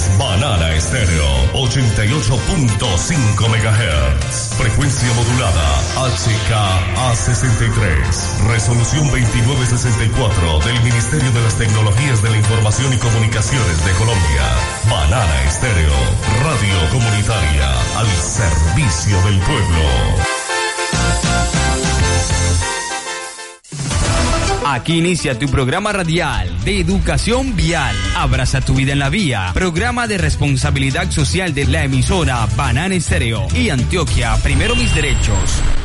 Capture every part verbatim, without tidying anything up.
Banana Estéreo ochenta y ocho punto cinco megahertz. Frecuencia modulada H K A sesenta y tres. Resolución veintinueve sesenta y cuatro del Ministerio de las Tecnologías de la Información y Comunicaciones de Colombia. Banana Estéreo, radio comunitaria al servicio del pueblo. Aquí inicia tu programa radial de educación vial. Abraza tu vida en la vía. Programa de responsabilidad social de la emisora Banana Estéreo y Antioquia. Primero mis derechos.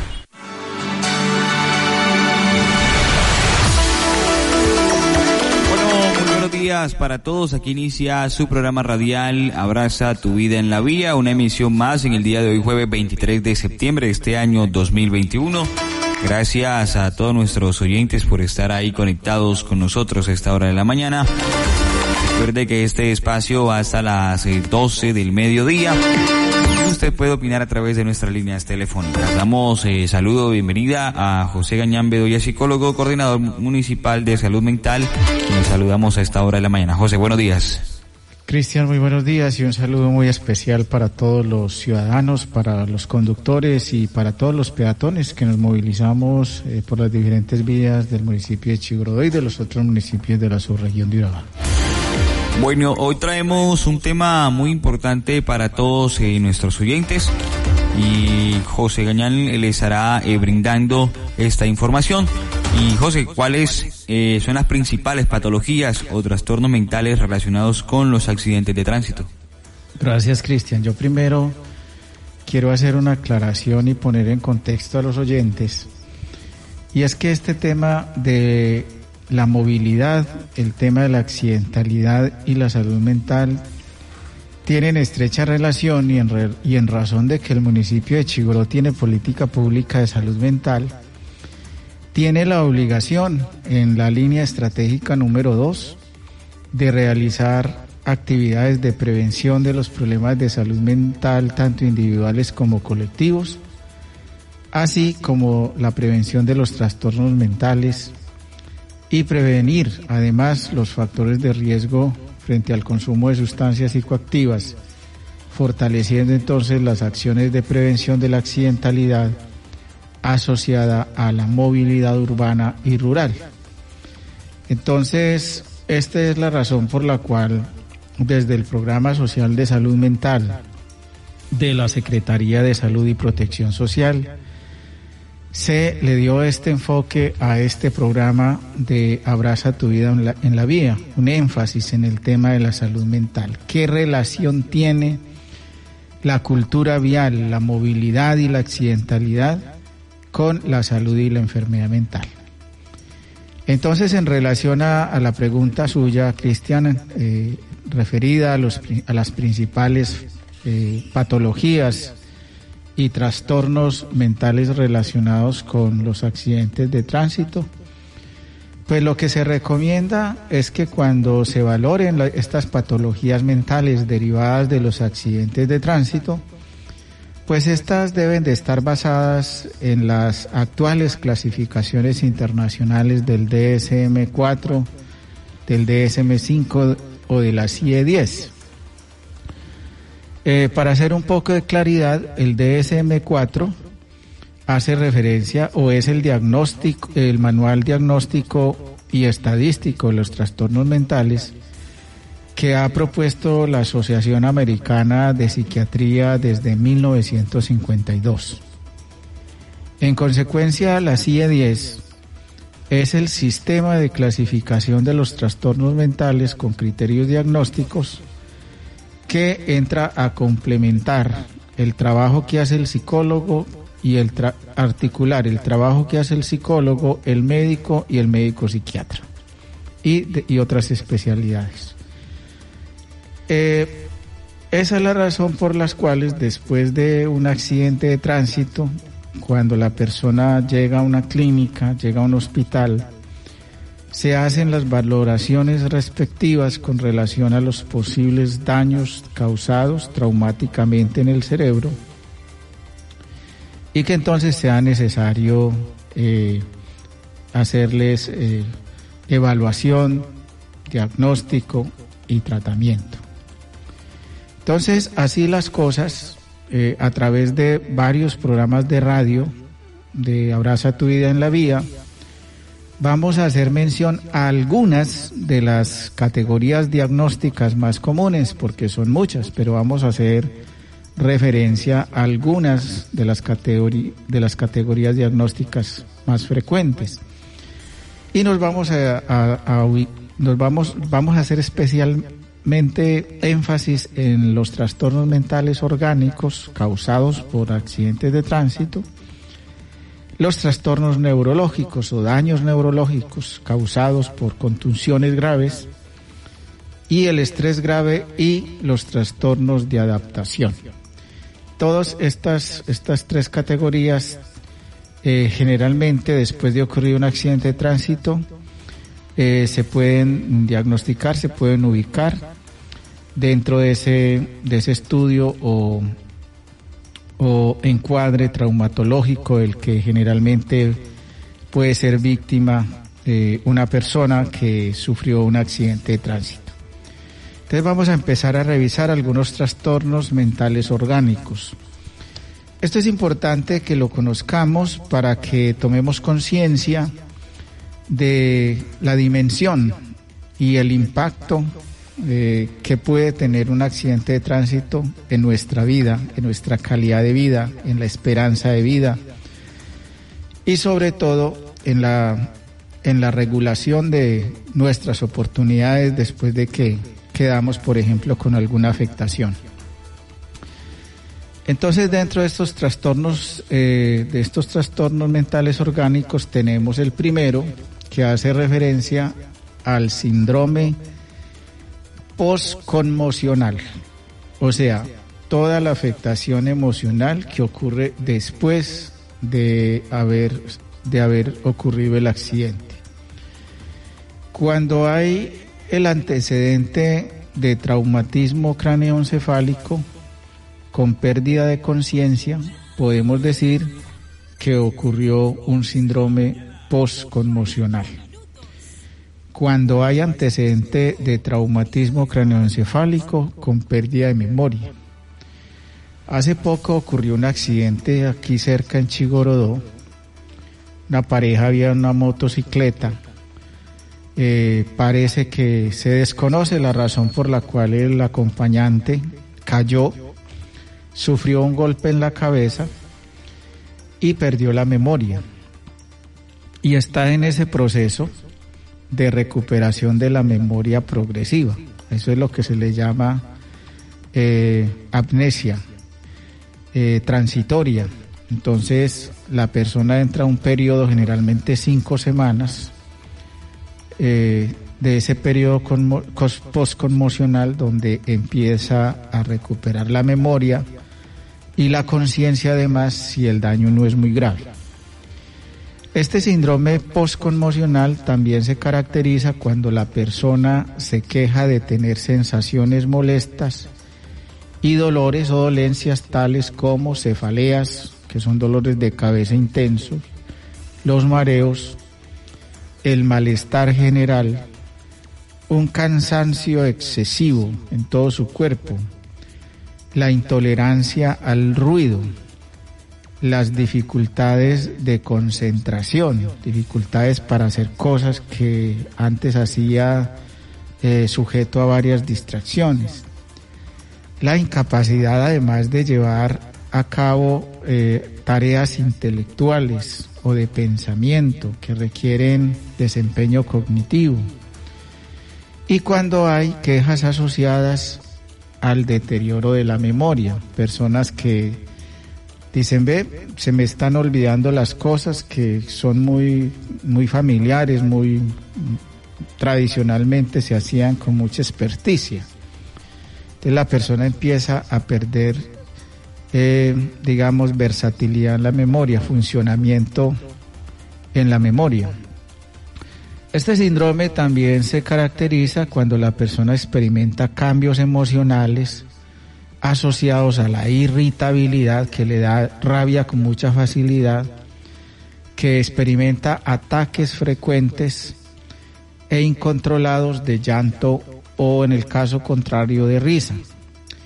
Bueno, muy buenos días para todos. Aquí inicia su programa radial Abraza tu vida en la vía. Una emisión más en el día de hoy, jueves veintitrés de septiembre de este año dos mil veintiuno. Gracias a todos nuestros oyentes por estar ahí conectados con nosotros a esta hora de la mañana. Recuerde que este espacio va hasta las doce del mediodía. Y usted puede opinar a través de nuestras líneas telefónicas. Damos eh, saludo, bienvenida a José Gañán Bedoya, psicólogo, coordinador municipal de salud mental. Y nos saludamos a esta hora de la mañana. José, buenos días. Cristian, muy buenos días y un saludo muy especial para todos los ciudadanos, para los conductores y para todos los peatones que nos movilizamos eh, por las diferentes vías del municipio de Chigurodó y de los otros municipios de la subregión de Urabá. Bueno, hoy traemos un tema muy importante para todos eh, nuestros oyentes y José Gañán les estará eh, brindando esta información. Y José, ¿cuáles eh, son las principales patologías o trastornos mentales relacionados con los accidentes de tránsito? Gracias, Cristian. Yo primero quiero hacer una aclaración y poner en contexto a los oyentes. Y es que este tema de la movilidad, el tema de la accidentalidad y la salud mental tienen estrecha relación y en, re, y en razón de que el municipio de Chigurodó tiene política pública de salud mental, tiene la obligación en la línea estratégica número dos de realizar actividades de prevención de los problemas de salud mental, tanto individuales como colectivos, así como la prevención de los trastornos mentales y prevenir además los factores de riesgo frente al consumo de sustancias psicoactivas, fortaleciendo entonces las acciones de prevención de la accidentalidad asociada a la movilidad urbana y rural. Entonces, esta es la razón por la cual desde el Programa Social de Salud Mental de la Secretaría de Salud y Protección Social se le dio este enfoque a este programa de Abraza tu vida en la, en la vía, un énfasis en el tema de la salud mental. ¿Qué relación tiene la cultura vial, la movilidad y la accidentalidad con la salud y la enfermedad mental? Entonces, en relación a, a la pregunta suya, Cristian, eh, referida a, los, a las principales eh, patologías y trastornos mentales relacionados con los accidentes de tránsito, pues lo que se recomienda es que cuando se valoren la, estas patologías mentales derivadas de los accidentes de tránsito, pues estas deben de estar basadas en las actuales clasificaciones internacionales del D S M cuatro, del D S M cinco o de la C I E diez. Eh, para hacer un poco de claridad, el D S M cuatro hace referencia o es el diagnóstico, el manual diagnóstico y estadístico de los trastornos mentales que ha propuesto la Asociación Americana de Psiquiatría desde mil novecientos cincuenta y dos. En consecuencia, la C I E diez es el sistema de clasificación de los trastornos mentales con criterios diagnósticos que entra a complementar el trabajo que hace el psicólogo y el tra- articular el trabajo que hace el psicólogo, el médico y el médico psiquiatra y, de, y otras especialidades. Eh, esa es la razón por las cuales después de un accidente de tránsito, cuando la persona llega a una clínica, llega a un hospital, se hacen las valoraciones respectivas con relación a los posibles daños causados traumáticamente en el cerebro y que entonces sea necesario eh, hacerles eh, evaluación, diagnóstico y tratamiento. Entonces, así las cosas, eh, a través de varios programas de radio, de Abraza tu vida en la vía, vamos a hacer mención a algunas de las categorías diagnósticas más comunes, porque son muchas, pero vamos a hacer referencia a algunas de las, categori- de las categorías diagnósticas más frecuentes. Y nos vamos a, a, a nos vamos, vamos a hacer especialmente énfasis en los trastornos mentales orgánicos causados por accidentes de tránsito, los trastornos neurológicos o daños neurológicos causados por contusiones graves y el estrés grave y los trastornos de adaptación. Todas estas, estas tres categorías eh, generalmente después de ocurrir un accidente de tránsito eh, se pueden diagnosticar, se pueden ubicar dentro de ese, de ese estudio o o encuadre traumatológico del que generalmente puede ser víctima eh, una persona que sufrió un accidente de tránsito. Entonces vamos a empezar a revisar algunos trastornos mentales orgánicos. Esto es importante que lo conozcamos para que tomemos conciencia de la dimensión y el impacto Eh, que puede tener un accidente de tránsito en nuestra vida, en nuestra calidad de vida, en la esperanza de vida y sobre todo en la, en la regulación de nuestras oportunidades después de que quedamos, por ejemplo, con alguna afectación. Entonces, dentro de estos trastornos, eh, de estos trastornos mentales orgánicos, tenemos el primero, que hace referencia al síndrome postconmocional, o sea, toda la afectación emocional que ocurre después de haber, de haber ocurrido el accidente. Cuando hay el antecedente de traumatismo cráneoencefálico con pérdida de conciencia, podemos decir que ocurrió un síndrome postconmocional. Cuando hay antecedente de traumatismo cráneoencefálico con pérdida de memoria. Hace poco ocurrió un accidente aquí cerca en Chigorodó. Una pareja había en una motocicleta. Eh, parece que se desconoce la razón por la cual el acompañante cayó, sufrió un golpe en la cabeza y perdió la memoria. Y está en ese proceso de recuperación de la memoria progresiva. Eso es lo que se le llama eh, amnesia eh, transitoria. Entonces la persona entra a un periodo, generalmente cinco semanas, eh, de ese periodo conmo- postconmocional, donde empieza a recuperar la memoria y la conciencia, además, si el daño no es muy grave. Este síndrome postconmocional también se caracteriza cuando la persona se queja de tener sensaciones molestas y dolores o dolencias tales como cefaleas, que son dolores de cabeza intensos, los mareos, el malestar general, un cansancio excesivo en todo su cuerpo, la intolerancia al ruido, las dificultades de concentración, dificultades para hacer cosas que antes hacía eh, sujeto a varias distracciones, la incapacidad además de llevar a cabo eh, tareas intelectuales o de pensamiento que requieren desempeño cognitivo, y cuando hay quejas asociadas al deterioro de la memoria, personas que dicen, ve, se me están olvidando las cosas que son muy, muy familiares, muy tradicionalmente se hacían con mucha experticia. Entonces la persona empieza a perder, eh, digamos, versatilidad en la memoria, funcionamiento en la memoria. Este síndrome también se caracteriza cuando la persona experimenta cambios emocionales asociados a la irritabilidad, que le da rabia con mucha facilidad, que experimenta ataques frecuentes e incontrolados de llanto o, en el caso contrario, de risa.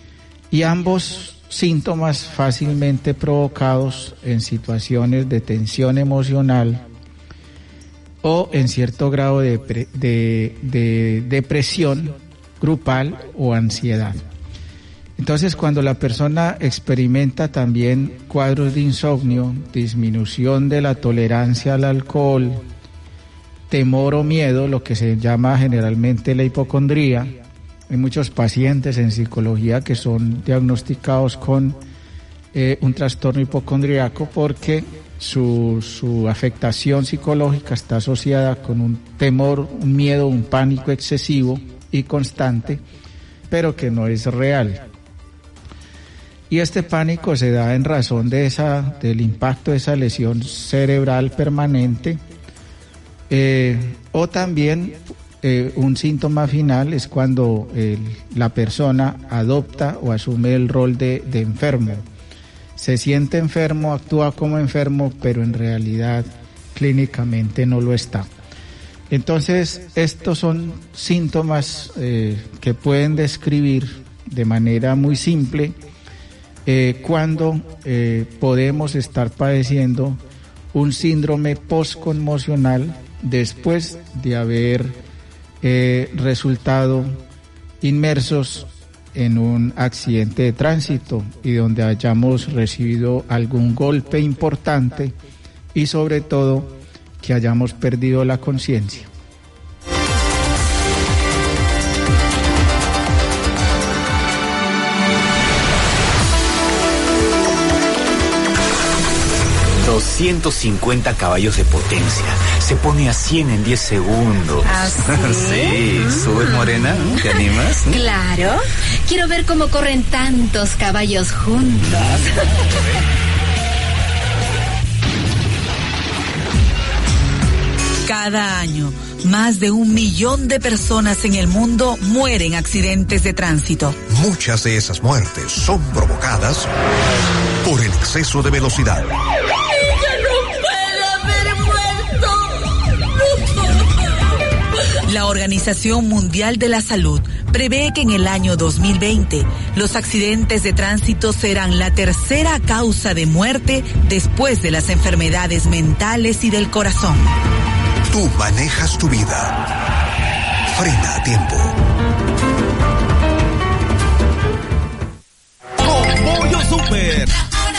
y ambos síntomas fácilmente provocados en situaciones de tensión emocional o en cierto grado de, de, de depresión grupal o ansiedad. Entonces, cuando la persona experimenta también cuadros de insomnio, disminución de la tolerancia al alcohol, temor o miedo, lo que se llama generalmente la hipocondría, hay muchos pacientes en psicología que son diagnosticados con eh, un trastorno hipocondríaco porque su, su afectación psicológica está asociada con un temor, un miedo, un pánico excesivo y constante, pero que no es real. Y este pánico se da en razón de esa, del impacto de esa lesión cerebral permanente, eh, o también eh, un síntoma final es cuando eh, la persona adopta o asume el rol de, de enfermo. Se siente enfermo, actúa como enfermo, pero en realidad clínicamente no lo está. Entonces, estos son síntomas eh, que pueden describir de manera muy simple eh, cuando eh, podemos estar padeciendo un síndrome postconmocional después de haber eh, resultado inmersos en un accidente de tránsito y donde hayamos recibido algún golpe importante y sobre todo que hayamos perdido la conciencia. doscientos cincuenta caballos de potencia. Se pone a cien en diez segundos. ¿Ah, sí? Sí, ¿subes, Morena? ¿Te animas? Claro. Quiero ver cómo corren tantos caballos juntos. Cada año, más de un millón de personas en el mundo mueren en accidentes de tránsito. Muchas de esas muertes son provocadas por el exceso de velocidad. La Organización Mundial de la Salud prevé que en el año dos mil veinte los accidentes de tránsito serán la tercera causa de muerte después de las enfermedades mentales y del corazón. Tú manejas tu vida. Frena a tiempo. Con Pollo Súper.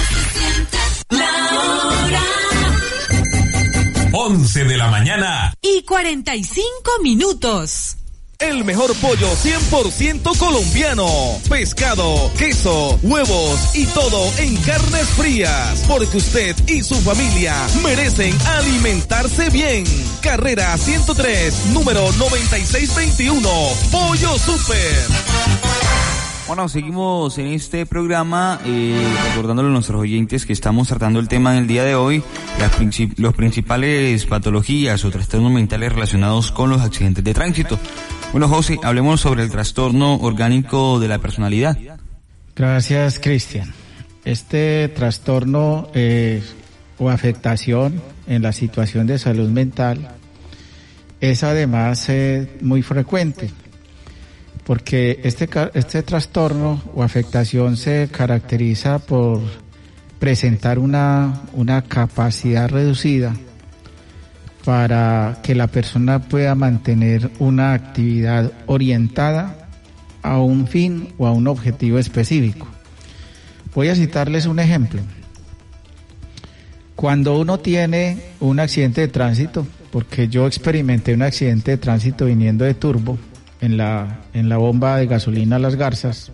once de la mañana y cuarenta y cinco minutos. El mejor pollo cien por ciento colombiano. Pescado, queso, huevos y todo en carnes frías. Porque usted y su familia merecen alimentarse bien. Carrera ciento tres, número noventa y seis veintiuno. Pollo Súper. Bueno, seguimos en este programa, eh, recordándole a nuestros oyentes que estamos tratando el tema en el día de hoy, las princip- los principales patologías o trastornos mentales relacionados con los accidentes de tránsito. Bueno, José, hablemos sobre el trastorno orgánico de la personalidad. Gracias, Cristian. Este trastorno eh, o afectación en la situación de salud mental es además eh, muy frecuente, porque este, este trastorno o afectación se caracteriza por presentar una, una capacidad reducida para que la persona pueda mantener una actividad orientada a un fin o a un objetivo específico. Voy a citarles un ejemplo. Cuando uno tiene un accidente de tránsito, porque yo experimenté un accidente de tránsito viniendo de Turbo, en la en la bomba de gasolina Las Garzas,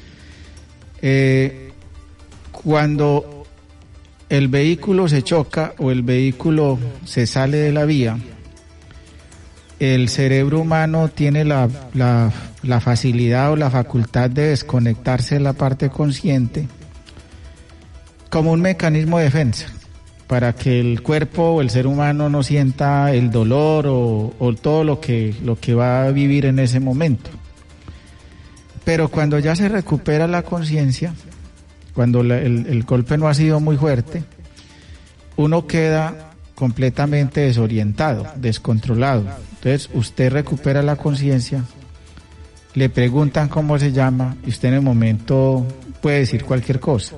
eh, cuando el vehículo se choca o el vehículo se sale de la vía, el cerebro humano tiene la, la, la facilidad o la facultad de desconectarse de la parte consciente como un mecanismo de defensa, para que el cuerpo o el ser humano no sienta el dolor o, o todo lo que, lo que va a vivir en ese momento. Pero cuando ya se recupera la conciencia, cuando la, el, el golpe no ha sido muy fuerte, uno queda completamente desorientado, descontrolado. Entonces usted recupera la conciencia le preguntan cómo se llama y usted en el momento puede decir cualquier cosa.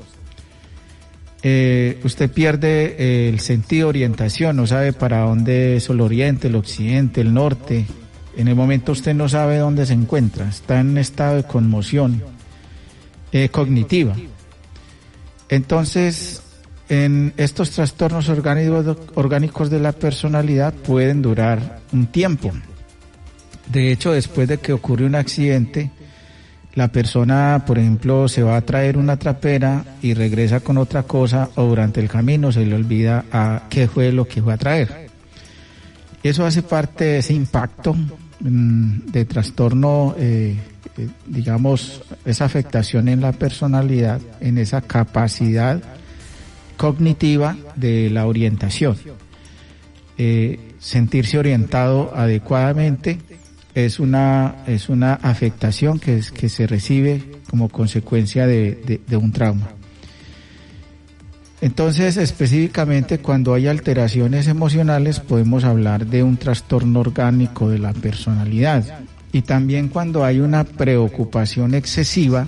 Eh, usted pierde eh, el sentido de orientación, no sabe para dónde es el oriente, el occidente, el norte. En el momento usted no sabe dónde se encuentra, está en un estado de conmoción eh, cognitiva. Entonces, en estos trastornos orgánicos, orgánicos de la personalidad pueden durar un tiempo. De hecho, después de que ocurre un accidente, la persona, por ejemplo, se va a traer una trapera y regresa con otra cosa, o durante el camino se le olvida a qué fue lo que fue a traer. Eso hace parte de ese impacto mmm, de trastorno, eh, eh, digamos, esa afectación en la personalidad, en esa capacidad cognitiva de la orientación. Eh, sentirse orientado adecuadamente es una es una afectación que es, que se recibe como consecuencia de, de, de un trauma. Entonces, específicamente cuando hay alteraciones emocionales podemos hablar de un trastorno orgánico de la personalidad, y también cuando hay una preocupación excesiva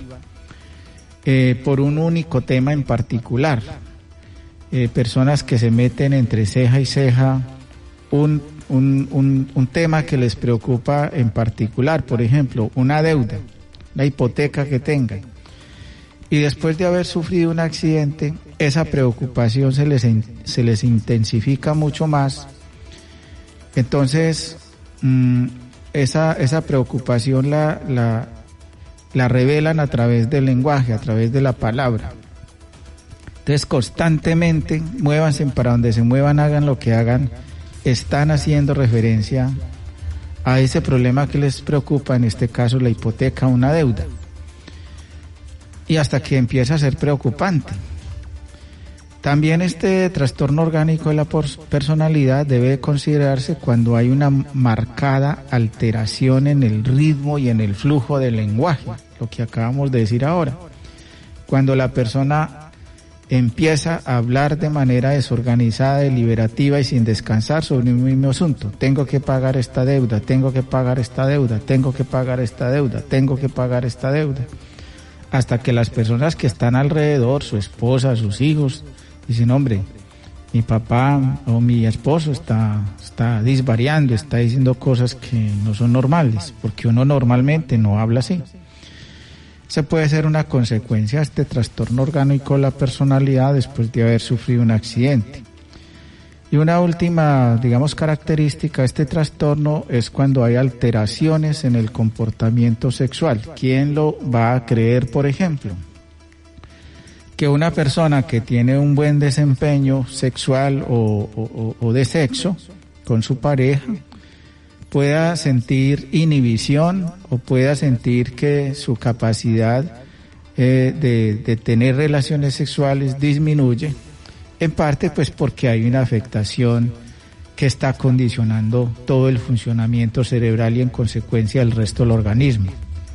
eh, por un único tema en particular. Eh, personas que se meten entre ceja y ceja un, un, un, un tema que les preocupa en particular, por ejemplo, una deuda, la hipoteca que tengan, y después de haber sufrido un accidente, esa preocupación se les, se les intensifica mucho más. Entonces, mmm, esa, esa preocupación la, la, la revelan a través del lenguaje, a través de la palabra. Entonces, constantemente, muévanse para donde se muevan, hagan lo que hagan, están haciendo referencia a ese problema que les preocupa, en este caso la hipoteca, una deuda. Y hasta que empieza a ser preocupante. También este trastorno orgánico de la personalidad debe considerarse cuando hay una marcada alteración en el ritmo y en el flujo del lenguaje, lo que acabamos de decir ahora. Cuando la persona empieza a hablar de manera desorganizada, deliberativa y sin descansar sobre un mismo asunto. Tengo que pagar esta deuda, tengo que pagar esta deuda, tengo que pagar esta deuda, tengo que pagar esta deuda. Hasta que las personas que están alrededor, su esposa, sus hijos, dicen, hombre, mi papá o mi esposo está, está disvariando, está diciendo cosas que no son normales, porque uno normalmente no habla así. Se puede ser una consecuencia de este trastorno orgánico de la personalidad después de haber sufrido un accidente. Y una última, digamos, característica de este trastorno es cuando hay alteraciones en el comportamiento sexual. ¿Quién lo va a creer, por ejemplo? Que una persona que tiene un buen desempeño sexual o, o, o de sexo con su pareja pueda sentir inhibición o pueda sentir que su capacidad eh, de, de tener relaciones sexuales disminuye, en parte pues porque hay una afectación que está condicionando todo el funcionamiento cerebral y en consecuencia el resto del organismo.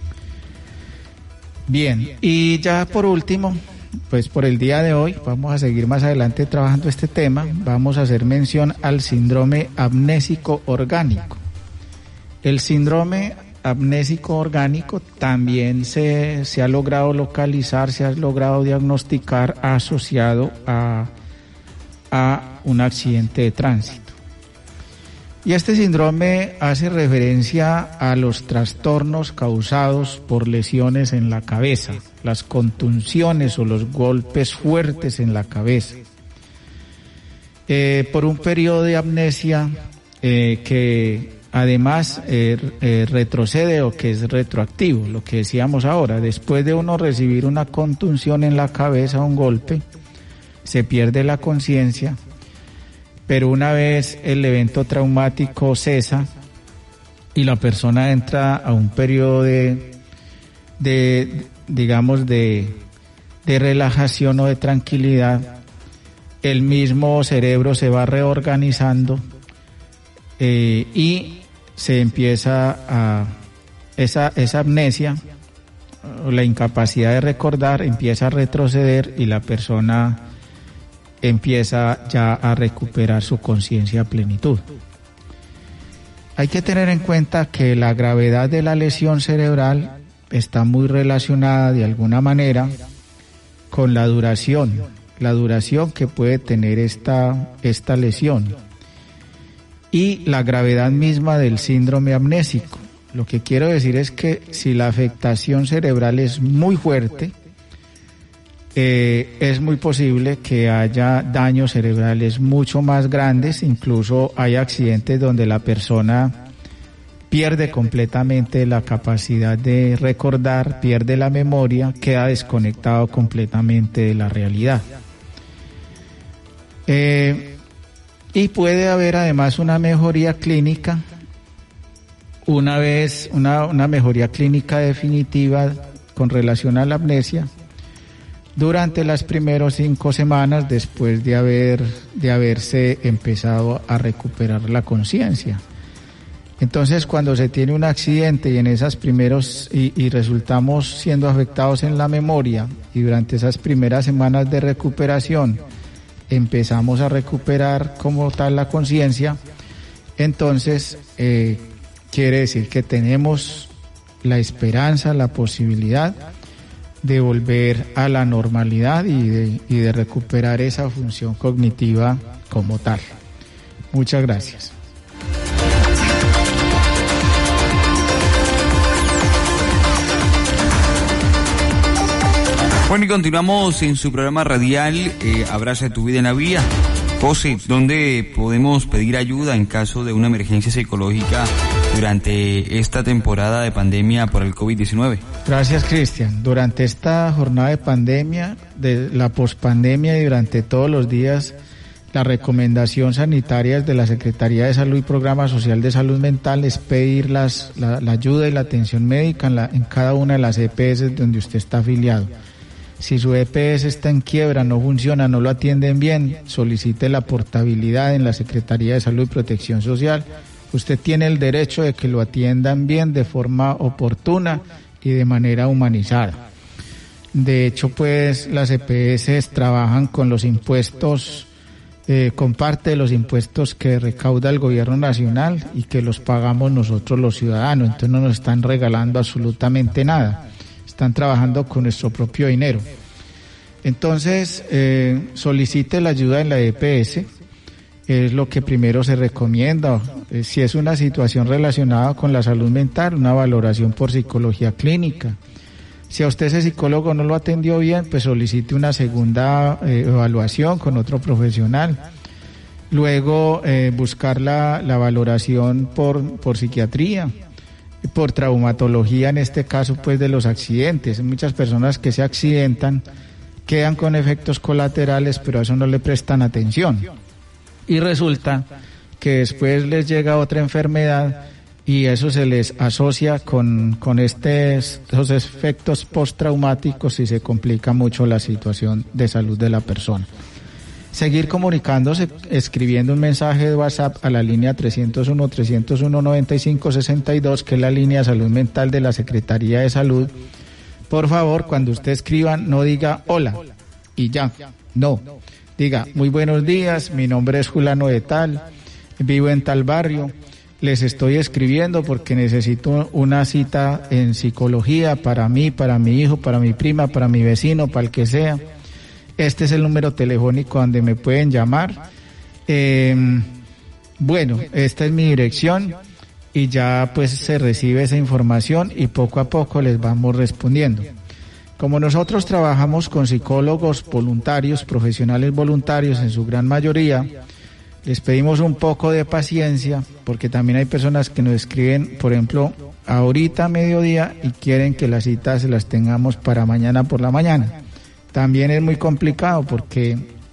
Bien, y ya por último, pues por el día de hoy, vamos a seguir más adelante trabajando este tema, vamos a hacer mención al síndrome amnésico orgánico. El síndrome amnésico orgánico también se, se ha logrado localizar, se ha logrado diagnosticar asociado a, a un accidente de tránsito. Y este síndrome hace referencia a los trastornos causados por lesiones en la cabeza, las contusiones o los golpes fuertes en la cabeza, eh, por un periodo de amnesia eh, que además eh, eh, retrocede o que es retroactivo, lo que decíamos ahora. Después de uno recibir una contusión en la cabeza, un golpe, se pierde la conciencia, pero una vez el evento traumático cesa y la persona entra a un periodo de, de digamos, de, de relajación o de tranquilidad, el mismo cerebro se va reorganizando eh, y se empieza a esa, esa amnesia o la incapacidad de recordar empieza a retroceder y la persona empieza ya a recuperar su conciencia a plenitud. Hay que tener en cuenta que la gravedad de la lesión cerebral está muy relacionada de alguna manera con la duración, la duración que puede tener esta, esta lesión y la gravedad misma del síndrome amnésico. Lo que quiero decir es que si la afectación cerebral es muy fuerte, eh, es muy posible que haya daños cerebrales mucho más grandes, incluso hay accidentes donde la persona pierde completamente la capacidad de recordar, pierde la memoria, queda desconectado completamente de la realidad. Eh, y puede haber además una mejoría clínica, una vez, una, una mejoría clínica definitiva con relación a la amnesia durante las primeras cinco semanas después de haber, de haberse empezado a recuperar la conciencia. Entonces, cuando se tiene un accidente y en esas primeros y, y resultamos siendo afectados en la memoria y durante esas primeras semanas de recuperación empezamos a recuperar como tal la conciencia, entonces eh, quiere decir que tenemos la esperanza, la posibilidad de volver a la normalidad y de, y de recuperar esa función cognitiva como tal. Muchas gracias. Bueno, y continuamos en su programa radial eh, Abraza tu vida en la vía. José, ¿dónde podemos pedir ayuda en caso de una emergencia psicológica durante esta temporada de pandemia por el COVID diecinueve? Gracias, Cristian. Durante esta jornada de pandemia, de la pospandemia y durante todos los días, la recomendación sanitaria de la Secretaría de Salud y Programa Social de Salud Mental es pedir las, la, la ayuda y la atención médica en, la, en cada una de las E P S donde usted está afiliado. Si su E P S está en quiebra, no funciona, no lo atienden bien, solicite la portabilidad en la Secretaría de Salud y Protección Social. Usted tiene el derecho de que lo atiendan bien, de forma oportuna y de manera humanizada. De hecho, pues, las E P S trabajan con los impuestos, eh, con parte de los impuestos que recauda el gobierno nacional y que los pagamos nosotros los ciudadanos. Entonces no nos están regalando absolutamente nada. Están trabajando con nuestro propio dinero. Entonces, eh, solicite la ayuda en la E P S, es lo que primero se recomienda. Eh, si es una situación relacionada con la salud mental, una valoración por psicología clínica. Si a usted ese psicólogo no lo atendió bien, pues solicite una segunda eh, evaluación con otro profesional. Luego, eh, buscar la, la valoración por, por psiquiatría, por traumatología, en este caso pues de los accidentes. Hay muchas personas que se accidentan, quedan con efectos colaterales, pero a eso no le prestan atención y resulta que después les llega otra enfermedad y eso se les asocia con, con estos, esos efectos postraumáticos y se complica mucho la situación de salud de la persona. Seguir comunicándose, escribiendo un mensaje de WhatsApp a la línea trescientos uno, trescientos uno, noventa y cinco, sesenta y dos, que es la línea de salud mental de la Secretaría de Salud. Por favor, cuando usted escriba, no diga hola y ya, no. Diga, muy buenos días, mi nombre es Julano de tal, vivo en tal barrio, les estoy escribiendo porque necesito una cita en psicología para mí, para mi hijo, para mi prima, para mi vecino, para el que sea. Este es el número telefónico donde me pueden llamar. Eh, bueno, esta es mi dirección y ya pues se recibe esa información y poco a poco les vamos respondiendo. Como nosotros trabajamos con psicólogos voluntarios, profesionales voluntarios en su gran mayoría, les pedimos un poco de paciencia porque también hay personas que nos escriben, por ejemplo, ahorita a mediodía y quieren que las citas se las tengamos para mañana por la mañana. También es muy complicado porque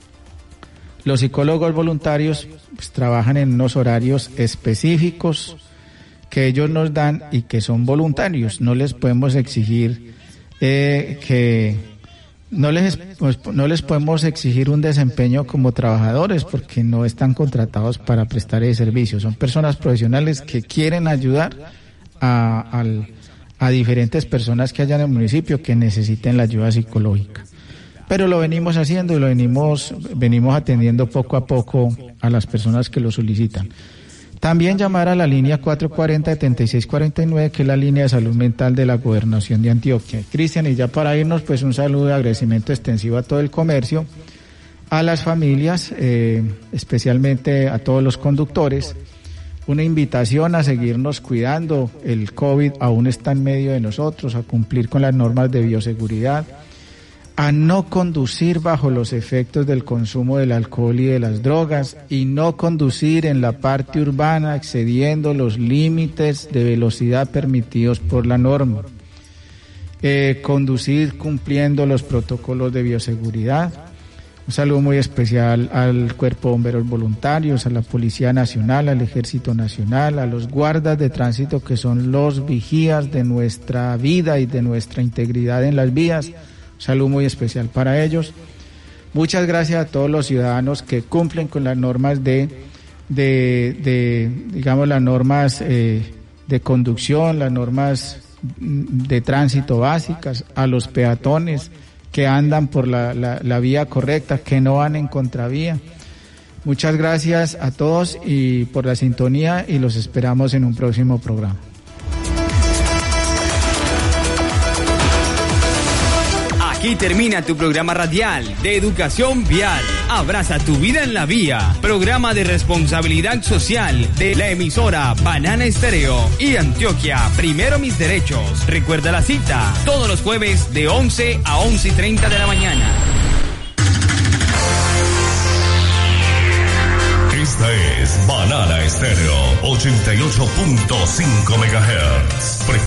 los psicólogos voluntarios pues, trabajan en unos horarios específicos que ellos nos dan y que son voluntarios. No les podemos exigir eh, que no les pues, no les podemos exigir un desempeño como trabajadores porque no están contratados para prestar ese servicio. Son personas profesionales que quieren ayudar a, al, a diferentes personas que hayan en el municipio que necesiten la ayuda psicológica. Pero lo venimos haciendo y lo venimos, venimos atendiendo poco a poco a las personas que lo solicitan. También llamar a la línea cuatro cuatro cero, siete seis cuatro nueve, que es la línea de salud mental de la Gobernación de Antioquia. Cristian, y ya para irnos, pues un saludo de agradecimiento extensivo a todo el comercio, a las familias, eh, especialmente a todos los conductores. Una invitación a seguirnos cuidando. El COVID aún está en medio de nosotros, a cumplir con las normas de bioseguridad, a no conducir bajo los efectos del consumo del alcohol y de las drogas, y no conducir en la parte urbana excediendo los límites de velocidad permitidos por la norma. Eh, conducir cumpliendo los protocolos de bioseguridad. Un saludo muy especial al Cuerpo de Bomberos Voluntarios, a la Policía Nacional, al Ejército Nacional, a los guardas de tránsito, que son los vigías de nuestra vida y de nuestra integridad en las vías. Un saludo muy especial para ellos. Muchas gracias a todos los ciudadanos que cumplen con las normas de, de, de digamos, las normas eh, de conducción, las normas de tránsito básicas, a los peatones que andan por la, la, la vía correcta, que no van en contravía. Muchas gracias a todos y por la sintonía, y los esperamos en un próximo programa. Aquí termina tu programa radial de educación vial. Abraza tu vida en la vía. Programa de responsabilidad social de la emisora Banana Estéreo y Antioquia. Primero mis derechos. Recuerda la cita. Todos los jueves de once a once y treinta de la mañana. Esta es Banana Estéreo ochenta y ocho punto cinco megahertz.